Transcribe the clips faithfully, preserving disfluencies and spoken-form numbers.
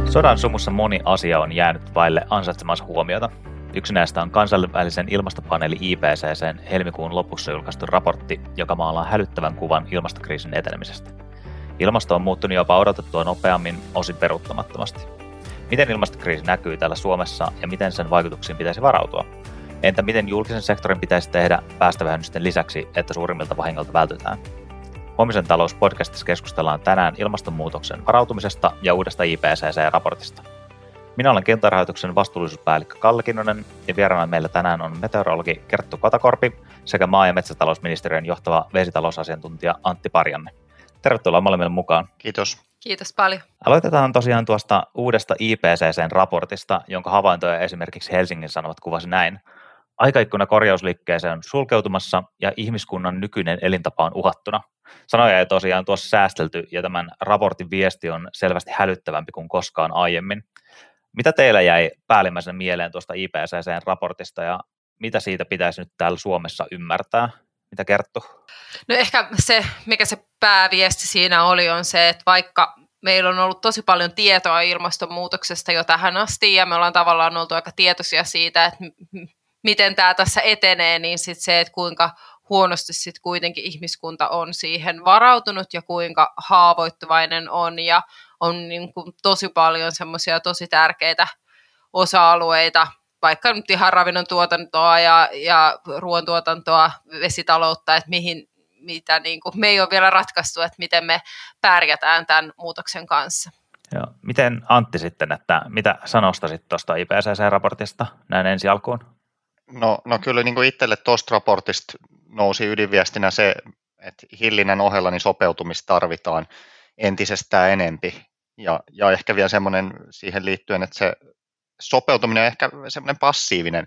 Sodan sumussa moni asia on jäänyt vaille ansaitsemansa huomiota. Yksi näistä on kansainvälisen ilmastopaneeli I P C C:n helmikuun lopussa julkaistu raportti, joka maalaa hälyttävän kuvan ilmastokriisin etenemisestä. Ilmasto on muuttunut jopa odotettua nopeammin, osin peruuttamattomasti. Miten ilmastokriisi näkyy täällä Suomessa ja miten sen vaikutuksiin pitäisi varautua? Entä miten julkisen sektorin pitäisi tehdä päästövähennysten lisäksi, että suurimmilta vahingoilta vältytään? Huomisen talouspodcastissa keskustellaan tänään ilmastonmuutoksen varautumisesta ja uudesta I P C C-raportista. Minä olen Kentarahoituksen vastuullisuuspäällikkö Kalle Kinnunen ja vieraana meillä tänään on meteorologi Kerttu Kotakorpi sekä maa- ja metsätalousministeriön johtava vesitalousasiantuntija Antti Parjanne. Tervetuloa molemmille mukaan. Kiitos. Kiitos paljon. Aloitetaan tosiaan tuosta uudesta I P C C-raportista, jonka havaintoja esimerkiksi Helsingin Sanomat kuvasi näin. Aikaikkuna korjausliikkeeseen on sulkeutumassa ja ihmiskunnan nykyinen elintapa on uhattuna. Sanoja ei tosiaan tuossa säästelty ja tämän raportin viesti on selvästi hälyttävämpi kuin koskaan aiemmin. Mitä teillä jäi päällimmäisenä mieleen tuosta I P C C-raportista ja mitä siitä pitäisi nyt täällä Suomessa ymmärtää? Mitä Kerttu? No ehkä se, mikä se pääviesti siinä oli, on se, että vaikka meillä on ollut tosi paljon tietoa ilmastonmuutoksesta jo tähän asti ja me ollaan tavallaan oltu aika tietoisia siitä, että miten tämä tässä etenee, niin sit se, että kuinka huonosti sitten kuitenkin ihmiskunta on siihen varautunut ja kuinka haavoittuvainen on ja on niin kuin tosi paljon semmoisia tosi tärkeitä osa-alueita, vaikka nyt ihan ravinnon tuotantoa ja, ja ruoantuotantoa, vesitaloutta, että mihin, mitä niin kuin me ei ole vielä ratkaistu, että miten me pärjätään tämän muutoksen kanssa. Joo. Miten Antti sitten, että mitä sanostasit tuosta I P C C-raportista näin ensi alkuun? No, no kyllä niin kuin itselle tuosta raportista nousi ydinviestinä se, että hillinnän ohella niin sopeutumista tarvitaan entisestään enempi. Ja, ja ehkä vielä semmoinen siihen liittyen, että se sopeutuminen on ehkä semmoinen passiivinen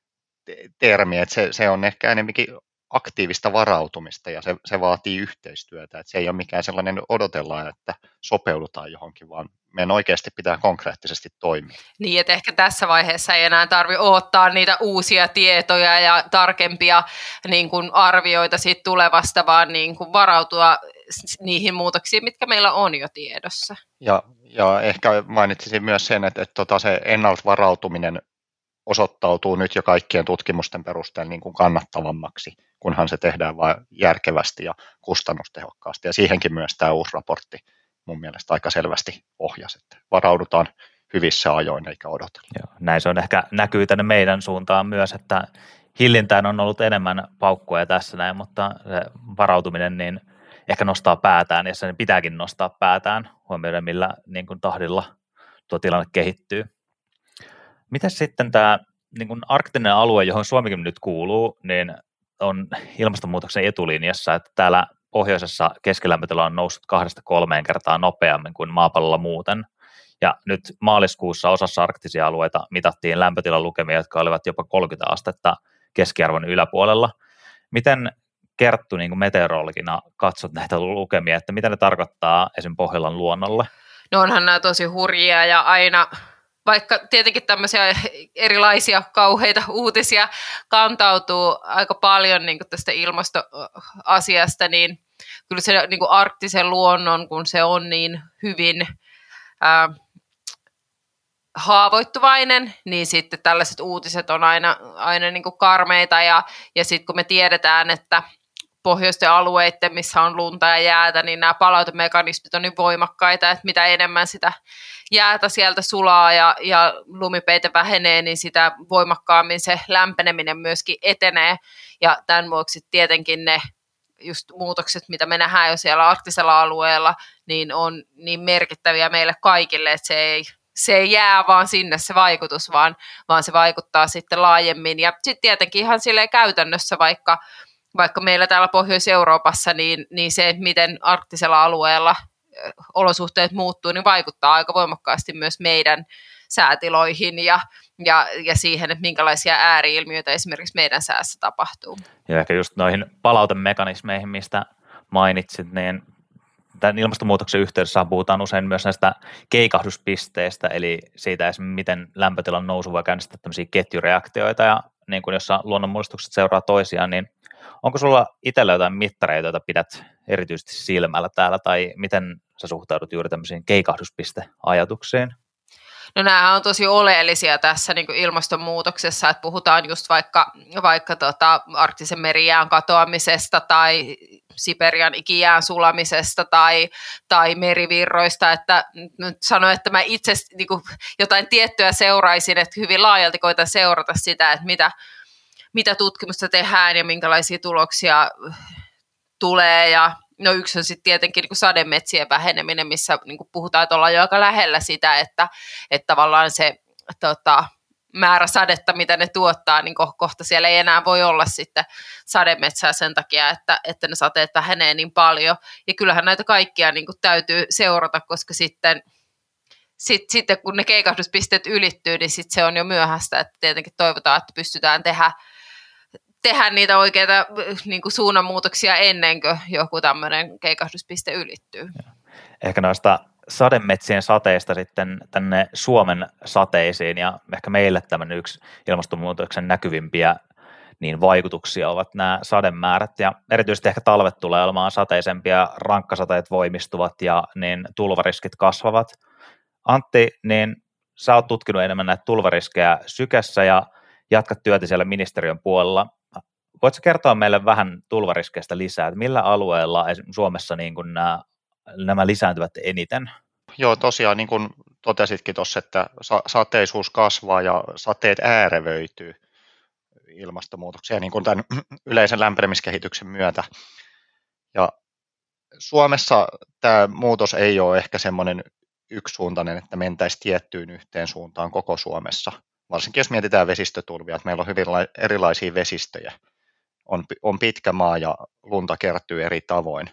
termi, että se, se on ehkä enemmänkin aktiivista varautumista ja se, se vaatii yhteistyötä. Että se ei ole mikään sellainen odotellaan, että sopeudutaan johonkin, vaan meidän oikeasti pitää konkreettisesti toimia. Niin, että ehkä tässä vaiheessa ei enää tarvitse odottaa niitä uusia tietoja ja tarkempia niin kuin arvioita siitä tulevasta, vaan niin kuin varautua niihin muutoksiin, mitkä meillä on jo tiedossa. Ja, ja ehkä mainitsisin myös sen, että, että tota se ennalta varautuminen osoittautuu nyt jo kaikkien tutkimusten perusteella niin kuin kannattavammaksi, kunhan se tehdään vain järkevästi ja kustannustehokkaasti. Ja siihenkin myös tämä uusi raportti mun mielestä aika selvästi ohjasi, että varaudutaan hyvissä ajoin eikä odotella. Joo, näin se on ehkä näkyy tänne meidän suuntaan myös, että hillintään on ollut enemmän paukkuja tässä näin, mutta se varautuminen niin ehkä nostaa päätään ja sen pitääkin nostaa päätään huomioiden millä niin kuin tahdilla tuo tilanne kehittyy. Miten sitten tämä niin kuin arktinen alue, johon Suomikin nyt kuuluu, niin on ilmastonmuutoksen etulinjassa, että täällä pohjoisessa keskilämpötila on noussut kahdesta kolmeen kertaa nopeammin kuin maapallolla muuten. Ja nyt maaliskuussa osassa arktisia alueita mitattiin lämpötilan lukemia, jotka olivat jopa kolmekymmentä astetta keskiarvon yläpuolella. Miten Kerttu niin kuin meteorologina katsot näitä lukemia, että mitä ne tarkoittaa esimerkiksi Pohjolan luonnolle? No onhan nämä tosi hurjia ja aina, vaikka tietenkin tämmöisiä erilaisia kauheita uutisia kantautuu aika paljon niin kuin tästä ilmastoasiasta, niin kyllä se niin kuin arktisen luonnon, kun se on niin hyvin ää, haavoittuvainen, niin sitten tällaiset uutiset on aina, aina niin kuin karmeita ja, ja sitten kun me tiedetään, että pohjoisten alueiden, missä on lunta ja jäätä, niin nämä palautemekanismit on niin voimakkaita, että mitä enemmän sitä jäätä sieltä sulaa ja, ja lumipeite vähenee, niin sitä voimakkaammin se lämpeneminen myöskin etenee. Ja tämän vuoksi tietenkin ne just muutokset, mitä me nähdään jo siellä arktisella alueella, niin on niin merkittäviä meille kaikille, että se ei, se ei jää vaan sinne se vaikutus, vaan, vaan se vaikuttaa sitten laajemmin. Ja sitten tietenkin ihan silleen käytännössä, vaikka Vaikka meillä täällä Pohjois-Euroopassa, niin, niin se, miten arktisella alueella olosuhteet muuttuu, niin vaikuttaa aika voimakkaasti myös meidän säätiloihin ja, ja, ja siihen, että minkälaisia ääri-ilmiöitä esimerkiksi meidän säässä tapahtuu. Ja ehkä just noihin palautemekanismeihin, mistä mainitsit, niin tämän ilmastonmuutoksen yhteydessä puhutaan usein myös näistä keikahduspisteistä, eli siitä esimerkiksi, miten lämpötilan nousu voi käynnistää tämmöisiä ketjureaktioita, ja niin kuin jossa luonnonmullistukset seuraa toisiaan, niin onko sulla itsellä jotain mittareita, joita pidät erityisesti silmällä täällä, tai miten sä suhtaudut juuri tämmöisiin keikahduspisteajatuksiin? No nämähän on tosi oleellisia tässä niin kuin ilmastonmuutoksessa, että puhutaan just vaikka, vaikka tota, arktisen merijään katoamisesta tai Siperian ikijään sulamisesta tai, tai merivirroista, että nyt sanon, että mä itse niin kuin jotain tiettyä seuraisin, että hyvin laajalti koitan seurata sitä, että mitä, mitä tutkimusta tehdään ja minkälaisia tuloksia tulee ja no yksi on sitten tietenkin niin kuin sademetsien väheneminen, missä niin kuin puhutaan, että ollaan jo aika lähellä sitä, että, että tavallaan se tota, määrä sadetta, mitä ne tuottaa, niin kohta siellä ei enää voi olla sitten sademetsää sen takia, että, että ne sateet vähenee niin paljon. Ja kyllähän näitä kaikkia niin kuin täytyy seurata, koska sitten, sit, sitten kun ne keikahduspisteet ylittyy, niin sitten se on jo myöhäistä, että tietenkin toivotaan, että pystytään tehdä tehdä niitä oikeita niin kuin suunnanmuutoksia ennen kuin joku tämmöinen keikahduspiste ylittyy. Ehkä noista sademetsien sateista sitten tänne Suomen sateisiin ja ehkä meille tämmöinen yksi ilmastonmuutoksen näkyvimpiä niin vaikutuksia ovat nämä sademäärät ja erityisesti ehkä talvet tulee olemaan sateisempia, rankkasateet voimistuvat ja niin tulvariskit kasvavat. Antti, niin sä oot tutkinut enemmän näitä tulvariskejä Sykessä ja jatkat työtä siellä ministeriön puolella. Voitko kertoa meille vähän tulvariskeistä lisää, että millä alueella Suomessa niin kuin nämä, nämä lisääntyvät eniten? Joo, tosiaan niin kuin totesitkin tuossa, että sateisuus kasvaa ja sateet äärevöityy ilmastonmuutoksia niin kuin tämän yleisen lämpenemiskehityksen myötä. Ja Suomessa tämä muutos ei ole ehkä semmoinen yksisuuntainen, että mentäisiin tiettyyn yhteen suuntaan koko Suomessa. Varsinkin jos mietitään vesistötulvia, että meillä on hyvin erilaisia vesistöjä. On, on pitkä maa ja lunta kertyy eri tavoin.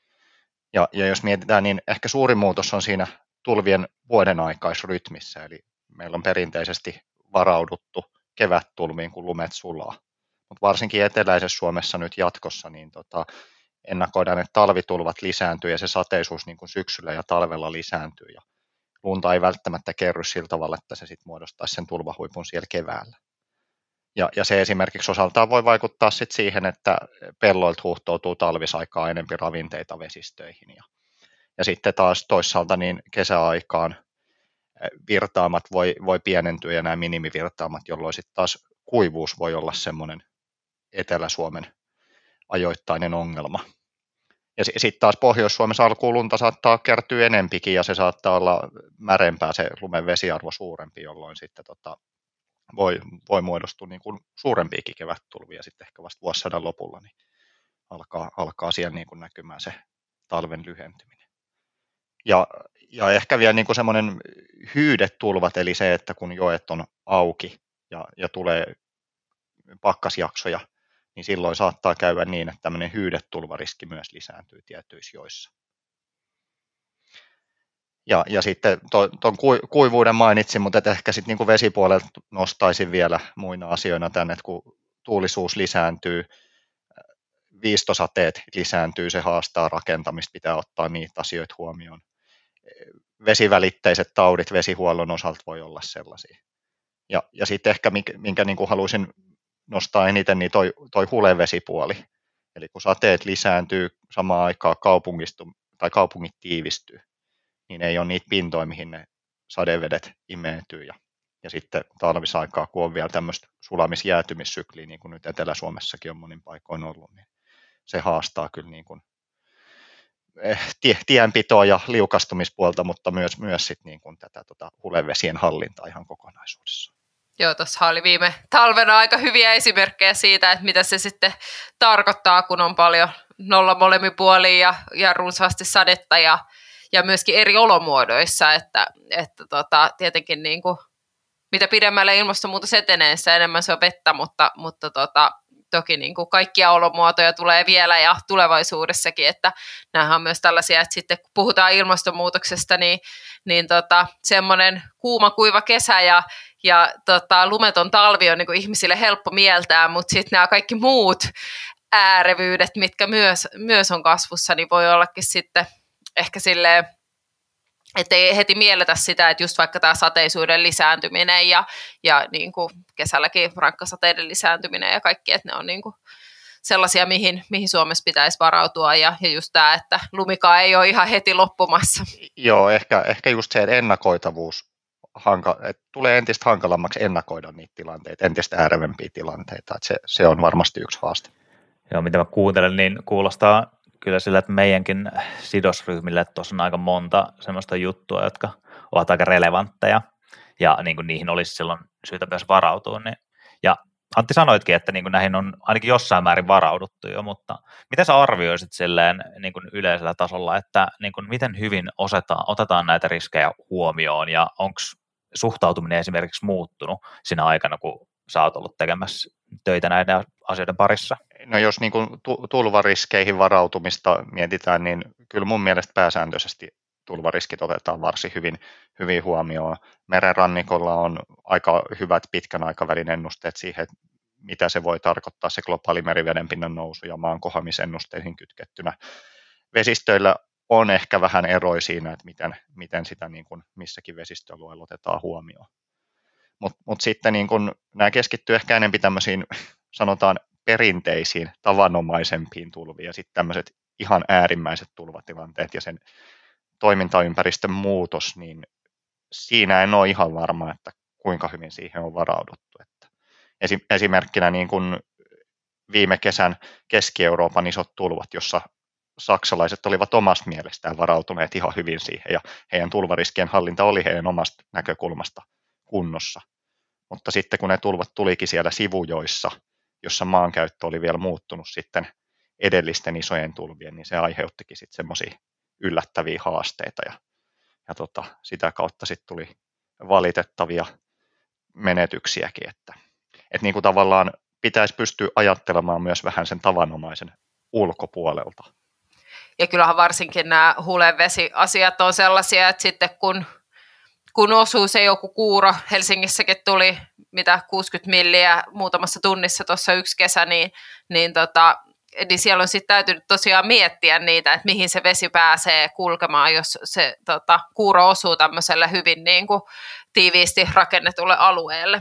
Ja, ja jos mietitään, niin ehkä suurin muutos on siinä tulvien vuodenaikaisrytmissä. Eli meillä on perinteisesti varauduttu kevättulviin, kun lumet sulaa. Mutta varsinkin eteläisessä Suomessa nyt jatkossa niin tota, ennakoidaan, että talvitulvat lisääntyy ja se sateisuus niin kuin syksyllä ja talvella lisääntyy. Ja lunta ei välttämättä kerry sillä tavalla, että se sitten muodostaisi sen tulvahuipun siellä keväällä. Ja, ja se esimerkiksi osaltaan voi vaikuttaa sit siihen, että pelloilta huuhtoutuu talvisaikaa enemmän ravinteita vesistöihin. Ja, ja sitten taas toisaalta niin kesäaikaan virtaamat voi, voi pienentyä ja nämä minimivirtaamat, jolloin sitten taas kuivuus voi olla semmoinen Etelä-Suomen ajoittainen ongelma. Ja sitten taas Pohjois-Suomessa alkuun lunta saattaa kertyä enempikin ja se saattaa olla märempää, se lumen vesiarvo suurempi, jolloin sitten tota, voi, voi muodostua niin kuin suurempiakin kevättulvia sitten ehkä vasta vuosisadan lopulla, niin alkaa, alkaa siellä niin kuin näkymään se talven lyhentyminen. Ja, ja ehkä vielä niin kuin semmoinen hyydetulvat, eli se, että kun joet on auki ja, ja tulee pakkasjaksoja, niin silloin saattaa käydä niin, että tämmöinen hyydetulvariski myös lisääntyy tietyissä joissa. Ja, ja sitten tuon kuivuuden mainitsin, mutta et ehkä sitten niinku vesipuolelta nostaisin vielä muina asioina tänne, että kun tuulisuus lisääntyy, viistosateet lisääntyy, se haastaa rakentamista, pitää ottaa niitä asioita huomioon. Vesivälitteiset taudit vesihuollon osalta voi olla sellaisia. Ja, ja sitten ehkä minkä, minkä niinku haluaisin nostaa eniten, niin toi, toi hulevesipuoli. Eli kun sateet lisääntyy samaan aikaan kaupungistu, tai kaupungit tiivistyy, niin ei ole niitä pintoja, mihin ne sadevedet imeytyy. Ja, ja sitten talvisaikaa, kun on vielä tämmöistä sulamis-jäätymissykliä, niin kuin nyt Etelä-Suomessakin on monin paikoin ollut, niin se haastaa kyllä niin kuin tienpitoa ja liukastumispuolta, mutta myös, myös sit niin kuin tätä tota hulevesien hallintaa ihan kokonaisuudessaan. Joo, tuossa oli viime talvena aika hyviä esimerkkejä siitä, että mitä se sitten tarkoittaa, kun on paljon nolla molemminpuolia ja, ja runsaasti sadetta ja, ja myöskin eri olomuodoissa, että, että tota, tietenkin niin kuin, mitä pidemmälle ilmastonmuutos etenee, sitä enemmän se on vettä, mutta, mutta tota, toki niin kuin kaikkia olomuotoja tulee vielä ja tulevaisuudessakin, että nämähän on myös tällaisia, että sitten kun puhutaan ilmastonmuutoksesta, niin, niin tota, semmoinen kuuma, kuiva kesä ja, ja tota, lumeton talvi on niin kuin ihmisille helppo mieltää, mutta sitten nämä kaikki muut äärevyydet, mitkä myös, myös on kasvussa, niin voi ollakin sitten ehkä silleen, että ei heti mielletä sitä, että just vaikka tämä sateisuuden lisääntyminen ja, ja niin kuin kesälläkin rankkasateiden lisääntyminen ja kaikki, että ne on niin kuin sellaisia, mihin, mihin Suomessa pitäisi varautua ja, ja just tämä, että lumikaan ei ole ihan heti loppumassa. Joo, ehkä, ehkä just se ennakoitavuus hanka, että tulee entistä hankalammaksi ennakoida niitä tilanteita, entistä äärevämpiä tilanteita. Että se, se on varmasti yksi haaste. Joo, mitä mä kuuntelen, niin kuulostaa kyllä sillä, että meidänkin sidosryhmille tuossa on aika monta semmoista juttua, jotka ovat aika relevantteja, ja niin kuin niihin olisi silloin syytä myös varautua. Niin. Ja Antti sanoitkin, että niin kuin näihin on ainakin jossain määrin varauduttu jo, mutta mitä sä arvioisit silleen niin kuin yleisellä tasolla, että niin kuin miten hyvin osataan, otetaan näitä riskejä huomioon, ja onko suhtautuminen esimerkiksi muuttunut siinä aikana, kun sä oot ollut tekemässä töitä näiden asioiden parissa? No jos niin kuin tulvariskeihin varautumista mietitään, niin kyllä mun mielestä pääsääntöisesti tulvariskit otetaan varsin hyvin, hyvin huomioon. Merenrannikolla on aika hyvät pitkän aikavälin ennusteet siihen, että mitä se voi tarkoittaa se globaali merivedenpinnan nousu ja maan kohoamisennusteihin kytkettynä. Vesistöillä on ehkä vähän eroja siinä, että miten, miten sitä niin kuin missäkin vesistöalueella otetaan huomioon. Mutta mut sitten niin kun, nämä keskittyy ehkä enemmän tämmöisiin, sanotaan, perinteisiin, tavanomaisempiin tulviin ja sitten tämmöiset ihan äärimmäiset tulvatilanteet ja sen toimintaympäristön muutos, niin siinä en ole ihan varma, että kuinka hyvin siihen on varauduttu. Että esimerkkinä niin kuin viime kesän Keski-Euroopan isot tulvat, jossa saksalaiset olivat omasta mielestään varautuneet ihan hyvin siihen ja heidän tulvariskien hallinta oli heidän omasta näkökulmasta kunnossa. Mutta sitten kun ne tulvat tulikin siellä sivujoissa, jossa maankäyttö oli vielä muuttunut sitten edellisten isojen tulvien, niin se aiheuttikin sitten semmoisia yllättäviä haasteita ja, ja tota, sitä kautta sitten tuli valitettavia menetyksiäkin, että et niin kuin tavallaan pitäisi pystyä ajattelemaan myös vähän sen tavanomaisen ulkopuolelta. Ja kyllähän varsinkin nämä hulevesiasiat on sellaisia, että sitten kun, kun osuu se joku kuuro, Helsingissäkin tuli mitä kuusikymmentä milliä muutamassa tunnissa tuossa yksi kesä, niin, niin tota, niin siellä on sitten täytynyt tosiaan miettiä niitä, että mihin se vesi pääsee kulkemaan, jos se tota, kuuro osuu tämmöiselle hyvin niin kuin, tiiviisti rakennetulle alueelle.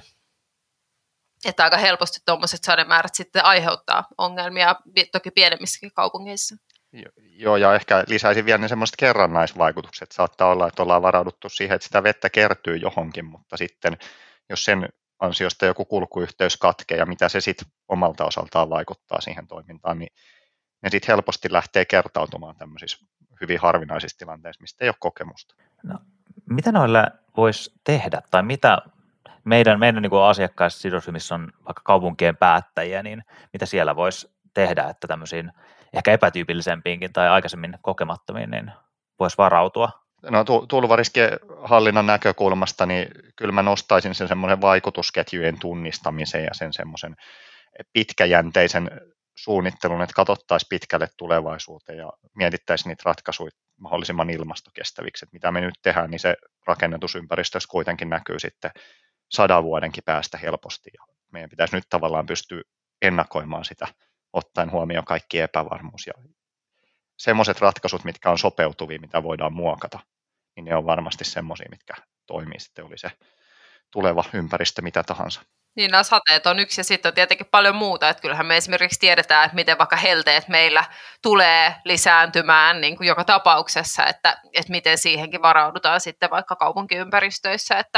Että aika helposti tuommoiset sademäärät sitten aiheuttaa ongelmia, toki pienemmissäkin kaupungeissa. Joo, ja ehkä lisäisin vielä ne semmoiset kerrannaisvaikutukset. Saattaa olla, että ollaan varauduttu siihen, että sitä vettä kertyy johonkin, mutta sitten jos sen ansiosta joku kulkuyhteys katkee ja mitä se sitten omalta osaltaan vaikuttaa siihen toimintaan, niin ne sitten helposti lähtee kertautumaan tämmöisissä hyvin harvinaisissa tilanteissa, mistä ei ole kokemusta. No, mitä noille voisi tehdä, tai mitä meidän, meidän niin kuin asiakkaissa sidosryhmissä on vaikka kaupunkien päättäjiä, niin mitä siellä voisi tehdä, että tämmöisiin ehkä epätyypillisempiinkin tai aikaisemmin kokemattomiin, niin voisi varautua? No tulvariskien hallinnan näkökulmasta, niin kyllä mä nostaisin sen semmoisen vaikutusketjujen tunnistamisen ja sen semmoisen pitkäjänteisen suunnittelun, että katsottaisiin pitkälle tulevaisuuteen ja mietittäisiin niitä ratkaisuja mahdollisimman ilmastokestäviksi. Että mitä me nyt tehdään, niin se rakennetusympäristössä kuitenkin näkyy sitten sadan vuodenkin päästä helposti. Ja meidän pitäisi nyt tavallaan pystyä ennakoimaan sitä, ottaen huomioon kaikki epävarmuus. Ja semmoiset ratkaisut, mitkä on sopeutuvia, mitä voidaan muokata, niin ne on varmasti semmoisia, mitkä toimii sitten, oli se tuleva ympäristö mitä tahansa. Niin nämä sateet on yksi ja sitten on tietenkin paljon muuta, että kyllähän me esimerkiksi tiedetään, että miten vaikka helteet meillä tulee lisääntymään niin kuin joka tapauksessa, että, että miten siihenkin varaudutaan sitten vaikka kaupunkiympäristöissä, että,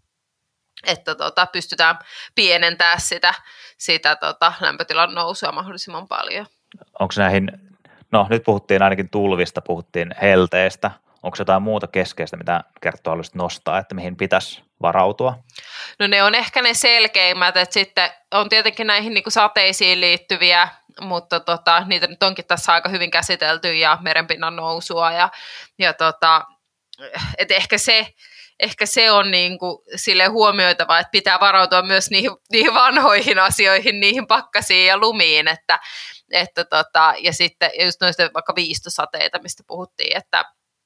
että tota, pystytään pienentämään sitä, sitä tota, lämpötilan nousua mahdollisimman paljon. Onko näihin, no nyt puhuttiin ainakin tulvista, puhuttiin helteestä, onko jotain muuta keskeistä, mitä Kerttu haluaisit nostaa, että mihin pitäisi varautua? No ne on ehkä ne selkeimmät, että sitten on tietenkin näihin niin kuin sateisiin liittyviä, mutta tota, niitä nyt onkin tässä aika hyvin käsitelty ja merenpinnan nousua ja, ja tota, et ehkä se, ehkä se on niin kuin sille huomioitava, että pitää varautua myös niihin, niihin vanhoihin asioihin, niihin pakkasiin ja lumiin, että, että tota, ja sitten just noista vaikka viistosateita, mistä puhuttiin, että,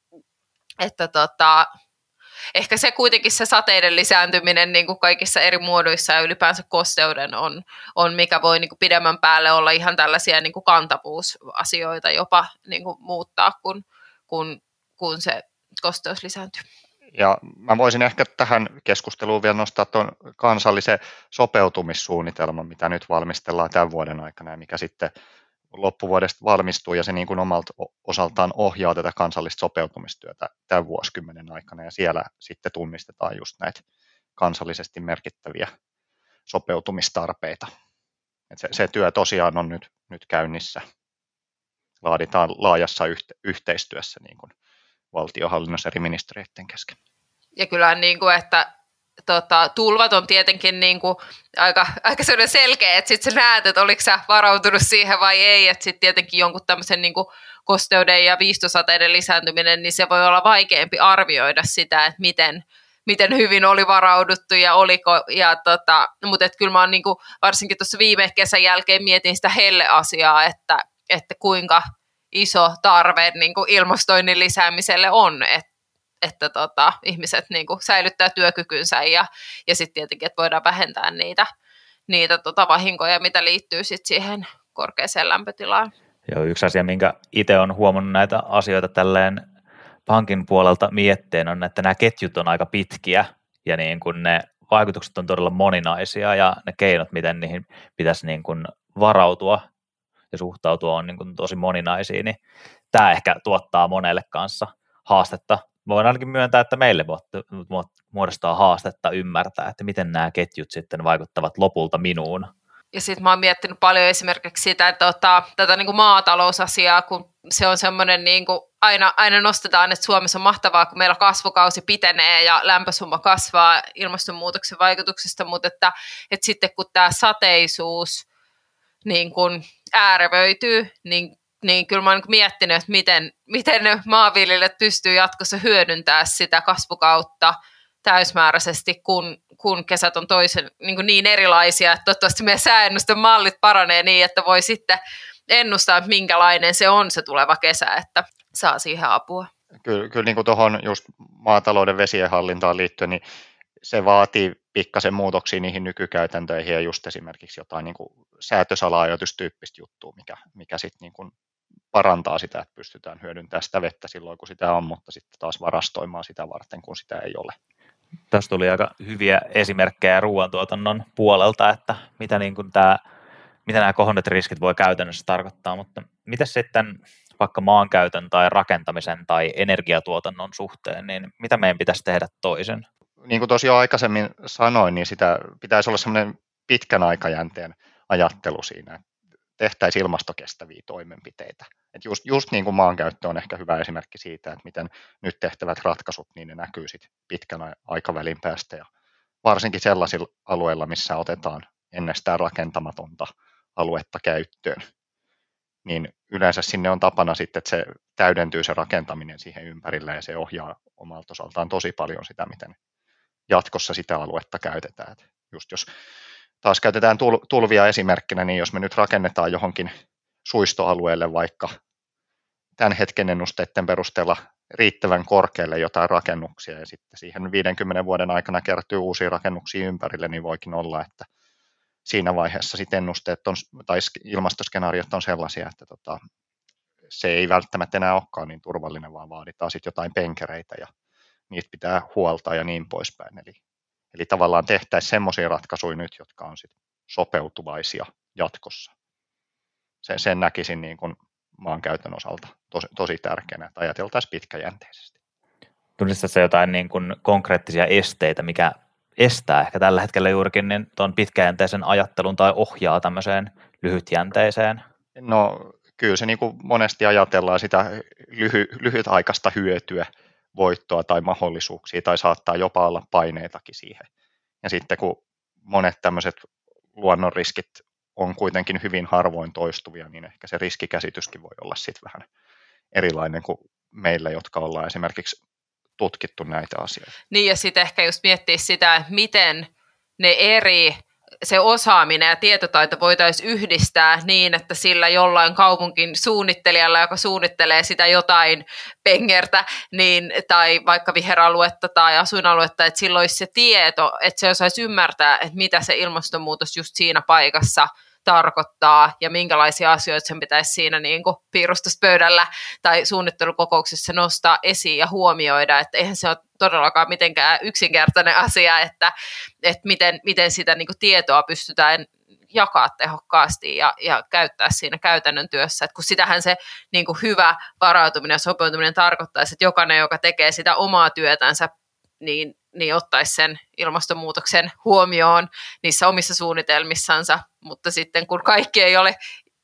että tota, ehkä se kuitenkin se sateiden lisääntyminen niin kuin kaikissa eri muodoissa ja ylipäänsä kosteuden on, on mikä voi niin kuin pidemmän päälle olla ihan tällaisia niin kuin kantavuusasioita jopa niin kuin muuttaa, kun, kun, kun se kosteus lisääntyy. Ja mä voisin ehkä tähän keskusteluun vielä nostaa tuon kansallisen sopeutumissuunnitelman, mitä nyt valmistellaan tämän vuoden aikana ja mikä sitten loppuvuodesta valmistuu ja se niin kuin omalta osaltaan ohjaa tätä kansallista sopeutumistyötä tämän vuosikymmenen aikana ja siellä sitten tunnistetaan just näitä kansallisesti merkittäviä sopeutumistarpeita. Et se, se työ tosiaan on nyt, nyt käynnissä. Laaditaan laajassa yhte, yhteistyössä niin kuin valtionhallinnossa eri ministeriöiden kesken. Ja kyllä niin kuin, että Tota, tulvat on tietenkin niin kuin aika, aika selkeä, että sitten sä näet, että oliko sä varautunut siihen vai ei, että sitten tietenkin jonkun tämmöisen niin kuin kosteuden ja viistosateiden lisääntyminen, niin se voi olla vaikeampi arvioida sitä, että miten, miten hyvin oli varauduttu ja oliko, ja tota, mutta et kyllä mä oon niin kuin, varsinkin tuossa viime kesän jälkeen mietin sitä helleasiaa, että, että kuinka iso tarve niin kuin ilmastoinnin lisäämiselle on, että että tota, ihmiset niin kuin säilyttää työkykynsä ja, ja sitten tietenkin, että voidaan vähentää niitä, niitä tota vahinkoja, mitä liittyy sit siihen korkeaseen lämpötilaan. Joo, yksi asia, minkä itse olen huomannut näitä asioita tälleen pankin puolelta mietteen, on, että nämä ketjut on aika pitkiä ja niin kuin ne vaikutukset on todella moninaisia ja ne keinot, miten niihin pitäisi niin kuin varautua ja suhtautua on niin kuin tosi moninaisia, niin tämä ehkä tuottaa monelle kanssa haastetta. Voin ainakin myöntää, että meille muodostaa haastetta ymmärtää, että miten nämä ketjut sitten vaikuttavat lopulta minuun. Ja sitten mä oon miettinyt paljon esimerkiksi sitä, että tota, tätä niin kuin maatalousasiaa, kun se on semmoinen, niin kuin aina, aina nostetaan, että Suomessa on mahtavaa, kun meillä kasvukausi pitenee ja lämpösumma kasvaa ilmastonmuutoksen vaikutuksesta, mutta että, että sitten kun tämä sateisuus niin kuin äärevöityy, niin niin kyllä mä oon miettinyt, että miten, miten maanviljelijät pystyy jatkossa hyödyntämään sitä kasvukautta täysmääräisesti, kun, kun kesät on toisen, niin, kuin niin erilaisia, että toivottavasti meidän sääennuston mallit paranee niin, että voi sitten ennustaa, että minkälainen se on se tuleva kesä, että saa siihen apua. Kyllä, kyllä niin kuin tuohon just maatalouden vesien hallintaan liittyen, niin se vaatii pikkasen muutoksia niihin nykykäytäntöihin ja just esimerkiksi jotain niin kuin säätösala-ajoitustyyppistä juttua, mikä, mikä sitten niin kuin parantaa sitä, että pystytään hyödyntämään sitä vettä silloin, kun sitä on, mutta sitten taas varastoimaan sitä varten, kun sitä ei ole. Tässä tuli aika hyviä esimerkkejä ruoantuotannon puolelta, että mitä, niin kuin tämä, mitä nämä kohonneet riskit voi käytännössä tarkoittaa, mutta miten sitten vaikka maankäytön tai rakentamisen tai energiatuotannon suhteen, niin mitä meidän pitäisi tehdä toisen? Niin kuin tosiaan aikaisemmin sanoin, niin sitä pitäisi olla semmoinen pitkän aikajänteen ajattelu siinä, tehtäisiin ilmastokestäviä toimenpiteitä. Et just, just niin kuin maankäyttö on ehkä hyvä esimerkki siitä, että miten nyt tehtävät ratkaisut, niin ne näkyy sit pitkän aikavälin päästä. Ja varsinkin sellaisilla alueilla, missä otetaan ennestään rakentamatonta aluetta käyttöön, niin yleensä sinne on tapana sitten, että se täydentyy se rakentaminen siihen ympärille ja se ohjaa omalta osaltaan tosi paljon sitä, miten jatkossa sitä aluetta käytetään. Et just jos taas käytetään tulvia esimerkkinä, niin jos me nyt rakennetaan johonkin suistoalueelle vaikka tämän hetken ennusteiden perusteella riittävän korkealle jotain rakennuksia ja sitten siihen viidenkymmenen vuoden aikana kertyy uusia rakennuksia ympärille, niin voikin olla, että siinä vaiheessa sitten ennusteet on, tai ilmastoskenaariot on sellaisia, että tota, se ei välttämättä enää olekaan niin turvallinen, vaan vaaditaan sitten jotain penkereitä ja niitä pitää huoltaa ja niin poispäin. Eli Eli tavallaan tehtäisiin semmoisia ratkaisuja nyt, jotka on sit sopeutuvaisia jatkossa. Sen, sen näkisin niin kuin maankäytön osalta tosi, tosi tärkeänä, että ajateltaisiin pitkäjänteisesti. Tunnistatko sä jotain niin kuin konkreettisia esteitä, mikä estää ehkä tällä hetkellä juurikin niin tuon pitkäjänteisen ajattelun tai ohjaa tämmöiseen lyhytjänteiseen? No kyllä se niin kuin monesti ajatellaan sitä lyhy, lyhytaikaista hyötyä, voittoa tai mahdollisuuksia tai saattaa jopa olla paineitakin siihen. Ja sitten kun monet tämmöiset luonnonriskit on kuitenkin hyvin harvoin toistuvia, niin ehkä se riskikäsityskin voi olla sitten vähän erilainen kuin meillä, jotka ollaan esimerkiksi tutkittu näitä asioita. Niin ja sitten ehkä just miettiä sitä, että miten ne eri, se osaaminen ja tietotaito voitaisiin yhdistää niin, että sillä jollain kaupunkin suunnittelijalla, joka suunnittelee sitä jotain pengertä, niin, tai vaikka viheraluetta tai asuinaluetta, että sillä olisi se tieto, että se osaisi ymmärtää, että mitä se ilmastonmuutos just siinä paikassa tarkoittaa ja minkälaisia asioita sen pitäisi siinä niin kuin piirustuspöydällä tai suunnittelukokouksessa nostaa esiin ja huomioida, että eihän se ole todellakaan mitenkään yksinkertainen asia, että, että miten, miten sitä niin kuin tietoa pystytään jakaa tehokkaasti ja, ja käyttää siinä käytännön työssä. Et kun sitähän se niin kuin hyvä varautuminen ja sopeutuminen tarkoittaisi, että jokainen, joka tekee sitä omaa työtänsä, niin, niin ottaisi sen ilmastonmuutoksen huomioon niissä omissa suunnitelmissansa, mutta sitten kun kaikki ei ole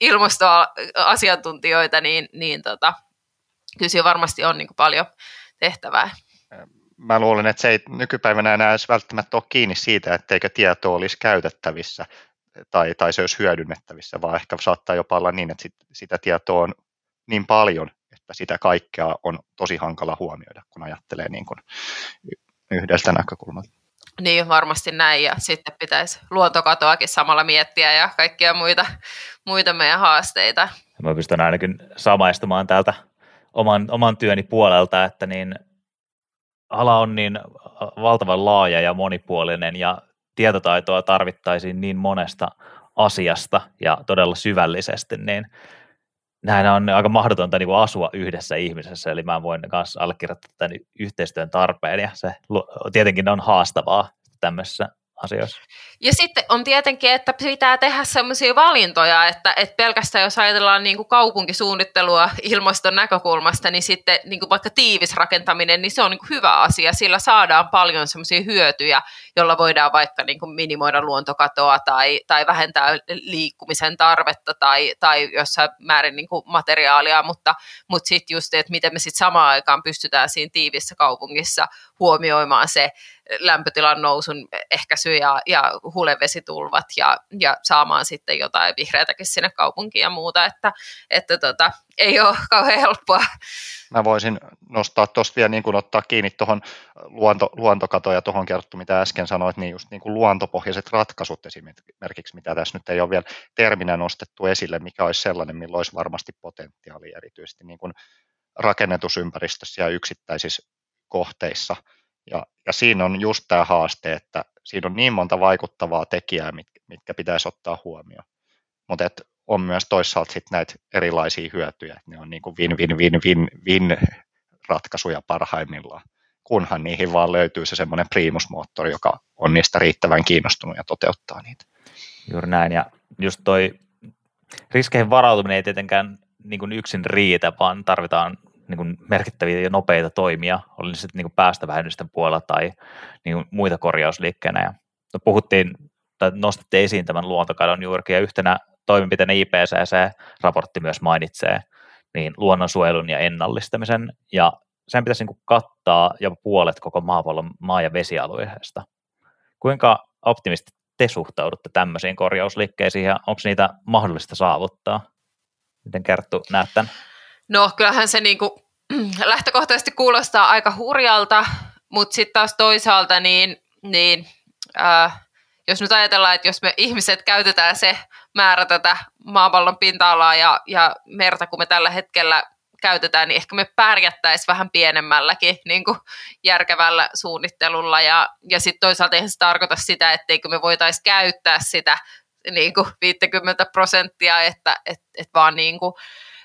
ilmastoasiantuntijoita, niin, niin tota, kyllä siinä varmasti on niin kuin paljon tehtävää. Mä luulen, että se ei nykypäivänä enää edes välttämättä ole kiinni siitä, etteikö tietoa olisi käytettävissä tai, tai se olisi hyödynnettävissä, vaan ehkä saattaa jopa olla niin, että sit, sitä tietoa on niin paljon, että sitä kaikkea on tosi hankala huomioida, kun ajattelee niin kuin yhdeltä näkökulmalta. Niin, varmasti näin, ja sitten pitäisi luontokatoakin samalla miettiä ja kaikkia muita, muita meidän haasteita. Mä pystyn ainakin samaistumaan täältä oman, oman työni puolelta, että niin ala on niin valtavan laaja ja monipuolinen ja tietotaitoa tarvittaisiin niin monesta asiasta ja todella syvällisesti, niin näin on aika mahdotonta niin kuin asua yhdessä ihmisessä, eli mä voin myös allekirjoittaa tämän yhteistyön tarpeen ja se tietenkin on haastavaa tämmöisessä asioissa. Ja sitten on tietenkin, että pitää tehdä sellaisia valintoja, että, että pelkästään jos ajatellaan niin kuin kaupunkisuunnittelua ilmaston näkökulmasta, niin sitten niin kuin vaikka tiivis rakentaminen, niin se on niin kuin hyvä asia. Sillä saadaan paljon sellaisia hyötyjä, joilla voidaan vaikka niin kuin minimoida luontokatoa tai, tai vähentää liikkumisen tarvetta tai, tai jossain määrin niin kuin materiaalia, mutta, mutta sitten just, että miten me sitten samaan aikaan pystytään siinä tiivissä kaupungissa huomioimaan se lämpötilan nousun ehkäisy ja, ja hulevesitulvat ja, ja saamaan sitten jotain vihreätäkin sinne kaupunkiin ja muuta, että, että tota, ei ole kauhean helppoa. Mä voisin nostaa tuosta vielä niin kuin ottaa kiinni tuohon luonto, luontokatoon ja tuohon kerrottu, mitä äsken sanoit, niin just niin kuin luontopohjaiset ratkaisut esimerkiksi, mitä tässä nyt ei ole vielä terminä nostettu esille, mikä olisi sellainen, millä olisi varmasti potentiaalia erityisesti niin kuin rakennetusympäristössä ja yksittäisissä kohteissa. Ja, ja siinä on just tämä haaste, että siinä on niin monta vaikuttavaa tekijää, mit, mitkä pitäisi ottaa huomioon. Mutta on myös toisaalta sit näitä erilaisia hyötyjä. Ne on niin kuin win-win-win-win-win ratkaisuja parhaimmillaan, kunhan niihin vaan löytyy se semmoinen primusmoottori, joka on niistä riittävän kiinnostunut ja toteuttaa niitä. Juuri näin. Ja just toi riskeihin varautuminen ei tietenkään niin kuin yksin riitä, vaan tarvitaan niin kuin merkittäviä ja nopeita toimia, oli sitten niin kuin päästövähennysten puolella tai niin kuin muita korjausliikkeenä. Ja no puhuttiin, tai nostettiin esiin tämän luontokadon juurikin, ja yhtenä toimenpiteenä I P C C-raportti myös mainitsee niin luonnonsuojelun ja ennallistamisen, ja sen pitäisi niin kuin kattaa jopa puolet koko maapallon maa- ja vesialueesta. Kuinka optimisti te suhtaudutte tämmöisiin korjausliikkeisiin, ja onko niitä mahdollista saavuttaa? Miten Kerttu näet tämän? No kyllähän se niinku lähtökohtaisesti kuulostaa aika hurjalta, mutta sitten taas toisaalta niin, niin äh, jos nyt ajatellaan, että jos me ihmiset käytetään se määrä tätä maapallon pinta-alaa ja, ja merta, kun me tällä hetkellä käytetään, niin ehkä me pärjättäisiin vähän pienemmälläkin niin kuin järkevällä suunnittelulla ja, ja sitten toisaalta eihän se tarkoita sitä, etteikö me voitaisiin käyttää sitä niin kuin viisikymmentä prosenttia, että et, et vaan niin kuin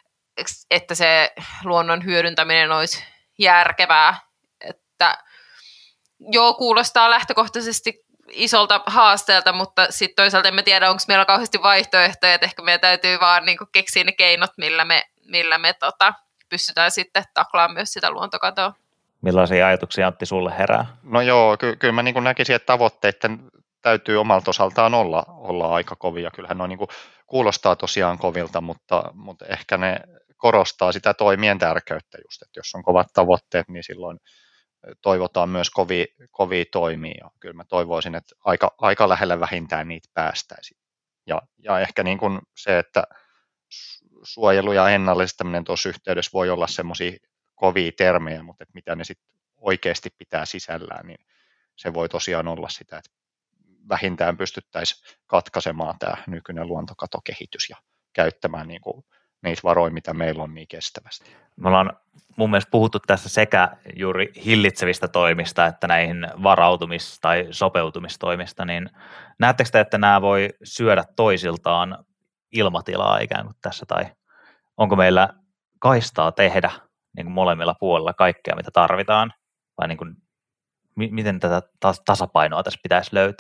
että se luonnon hyödyntäminen olisi järkevää. Että joo, kuulostaa lähtökohtaisesti isolta haasteelta, mutta sitten toisaalta emme tiedä, onko meillä kauheasti vaihtoehtoja, että ehkä meidän täytyy vaan niinku keksiä ne keinot, millä me, millä me tota, pystytään sitten taklaamaan myös sitä luontokatoa. Millaisia ajatuksia, Antti, sulle herää? No joo, ky- kyllä mä niin näkisin, että tavoitteiden täytyy omalta osaltaan olla, olla aika kovia. Kyllähän ne niin kuulostaa tosiaan kovilta, mutta, mutta ehkä ne korostaa sitä toimien tärkeyttä just, että jos on kovat tavoitteet, niin silloin toivotaan myös kovia, kovia toimia. Ja kyllä mä toivoisin, että aika, aika lähellä vähintään niitä päästäisiin. Ja, ja ehkä niin kuin se, että suojelu ja ennallistaminen tuossa yhteydessä voi olla semmoisia kovia termejä, mutta että mitä ne sitten oikeasti pitää sisällään, niin se voi tosiaan olla sitä, että vähintään pystyttäisiin katkaisemaan tämä nykyinen luontokatokehitys ja käyttämään niin kuin niitä varoja, mitä meillä on, niin kestävästi. Me ollaan mun mielestä puhuttu tässä sekä juuri hillitsevistä toimista, että näihin varautumis- tai sopeutumistoimista, niin näettekö te, että nämä voi syödä toisiltaan ilmatilaa ikään kuin tässä, tai onko meillä kaistaa tehdä niin kuin molemmilla puolilla kaikkea, mitä tarvitaan, vai niin kuin, m- miten tätä tasapainoa tässä pitäisi löytää?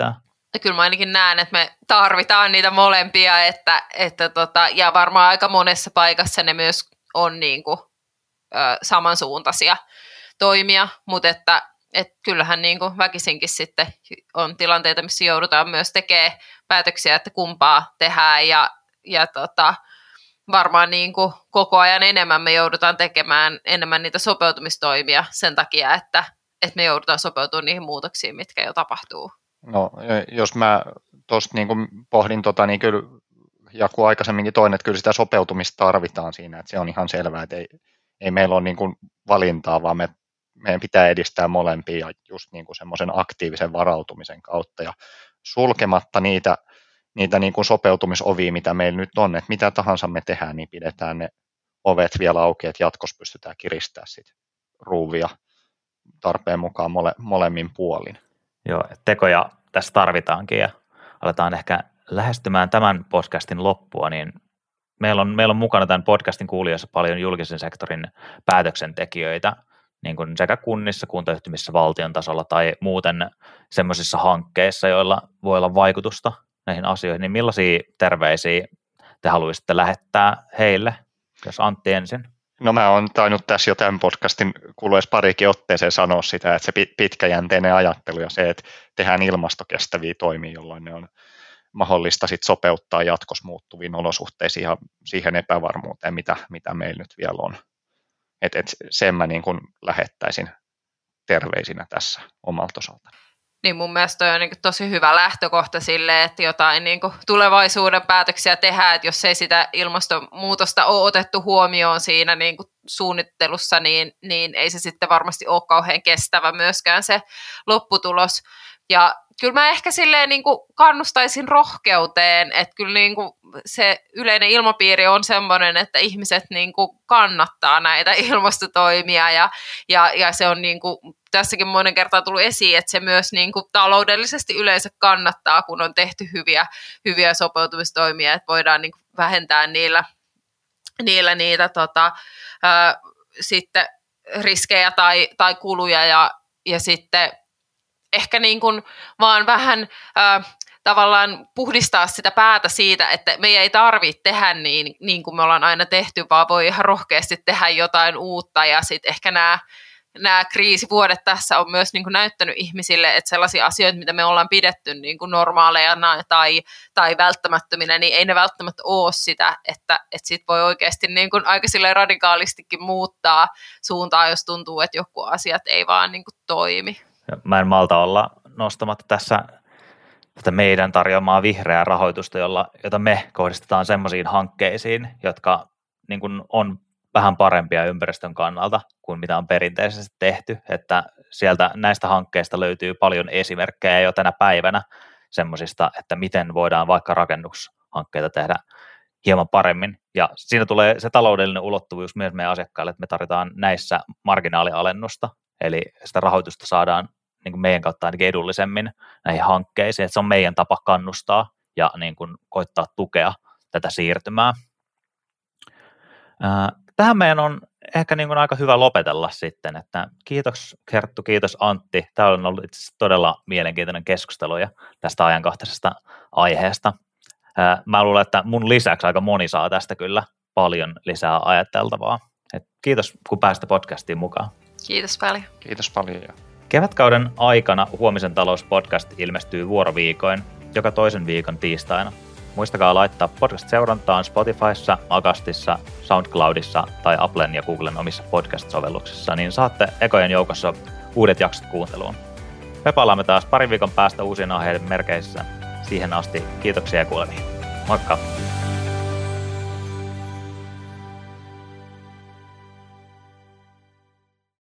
Ja kyllä mä ainakin näen, että me tarvitaan niitä molempia, että, että tota, ja varmaan aika monessa paikassa ne myös on niin kuin, ö, samansuuntaisia toimia, mutta että et kyllähän niin kuin väkisinkin sitten on tilanteita, missä joudutaan myös tekemään päätöksiä, että kumpaa tehdään ja, ja tota, varmaan niin kuin koko ajan enemmän me joudutaan tekemään enemmän niitä sopeutumistoimia sen takia, että, että me joudutaan sopeutumaan niihin muutoksiin, mitkä jo tapahtuu. No, jos mä tuosta niin kuin pohdin, tota, niin kyllä Jaku aikaisemminkin toinen, että kyllä sitä sopeutumista tarvitaan siinä, että se on ihan selvää, että ei, ei meillä ole niin kuin valintaa, vaan me, meidän pitää edistää molempia just niin kuin semmoisen aktiivisen varautumisen kautta ja sulkematta niitä, niitä niin kuin sopeutumisovia, mitä meillä nyt on, että mitä tahansa me tehdään, niin pidetään ne ovet vielä auki, että jatkossa pystytään kiristämään sit ruuvia tarpeen mukaan mole, molemmin puolin. Joo, tekoja tässä tarvitaankin ja aletaan ehkä lähestymään tämän podcastin loppua, niin meillä on, meillä on mukana tämän podcastin kuulijoissa paljon julkisen sektorin päätöksentekijöitä, niin kuin sekä kunnissa, kuntayhtymissä, valtion tasolla tai muuten semmoisissa hankkeissa, joilla voi olla vaikutusta näihin asioihin, niin millaisia terveisiä te haluaisitte lähettää heille, jos Antti ensin? No mä oon tainnut tässä jo tämän podcastin kuluessa parikin otteeseen sanoa sitä, että se pitkäjänteinen ajattelu ja se, että tehdään ilmastokestäviä toimia, jolloin ne on mahdollista sit sopeuttaa jatkossa muuttuviin olosuhteisiin ja siihen epävarmuuteen, mitä, mitä meillä nyt vielä on. Et, et sen mä niin kun lähettäisin terveisinä tässä omalta osalta. Niin mun mielestä toi on niin kuin tosi hyvä lähtökohta sille, että jotain niin kuin tulevaisuuden päätöksiä tehdään, että jos ei sitä ilmastonmuutosta ole otettu huomioon siinä niin kuin suunnittelussa, niin, niin ei se sitten varmasti ole kauhean kestävä myöskään se lopputulos. Ja kyllä mä ehkä silleen niin kuin kannustaisin rohkeuteen, että kyllä niin kuin se yleinen ilmapiiri on semmoinen, että ihmiset niin kuin kannattaa näitä ilmastotoimia ja, ja, ja se on niin kuin tässäkin monen kertaa tullut esiin, että se myös niin kuin taloudellisesti yleensä kannattaa, kun on tehty hyviä, hyviä sopeutumistoimia, että voidaan niin kuin vähentää niillä, niillä niitä tota, ää, sitten riskejä tai, tai kuluja ja, ja sitten ehkä niin kuin vaan vähän ää, tavallaan puhdistaa sitä päätä siitä, että meidän ei tarvitse tehdä niin, niin kuin me ollaan aina tehty, vaan voi ihan rohkeasti tehdä jotain uutta ja sitten ehkä nämä Nämä kriisivuodet tässä on myös niin kuin näyttänyt ihmisille, että sellaisia asioita, mitä me ollaan pidetty niin kuin normaaleja tai, tai välttämättöminä, niin ei ne välttämättä ole sitä, että, että sit voi oikeasti niin kuin aika silleen radikaalistikin muuttaa suuntaa, jos tuntuu, että joku asiat ei vaan niin kuin toimi. Mä en malta olla nostamatta tässä tätä meidän tarjoamaa vihreää rahoitusta, jolla, jota me kohdistetaan semmoisiin hankkeisiin, jotka niin kuin on vähän parempia ympäristön kannalta kuin mitä on perinteisesti tehty, että sieltä näistä hankkeista löytyy paljon esimerkkejä jo tänä päivänä semmoisista, että miten voidaan vaikka rakennushankkeita tehdä hieman paremmin, ja siinä tulee se taloudellinen ulottuvuus myös meidän asiakkaille, että me tarvitaan näissä marginaalialennusta, eli sitä rahoitusta saadaan niin kuin meidän kautta ainakin edullisemmin näihin hankkeisiin, että se on meidän tapa kannustaa ja niin kuin koittaa tukea tätä siirtymää. Tähän meidän on ehkä niin kuin aika hyvä lopetella sitten, että kiitos Kerttu, kiitos Antti. Tämä on ollut itse asiassa todella mielenkiintoinen keskustelu ja tästä ajankohtaisesta aiheesta. Mä luulen, että mun lisäksi aika moni saa tästä kyllä paljon lisää ajateltavaa. Et kiitos, kun pääsitte podcastiin mukaan. Kiitos paljon. Kiitos paljon. Kevätkauden aikana Huomisen talouspodcast ilmestyy vuoroviikoin joka toisen viikon tiistaina. Muistakaa laittaa podcast-seurantaan Spotifyssa, Agastissa, SoundCloudissa tai Applen ja Googlen omissa podcast-sovelluksissa, niin saatte ekojen joukossa uudet jaksot kuunteluun. Me palaamme taas parin viikon päästä uusien aiheiden merkeissä. Siihen asti kiitoksia ja kuulemiin. Moikka!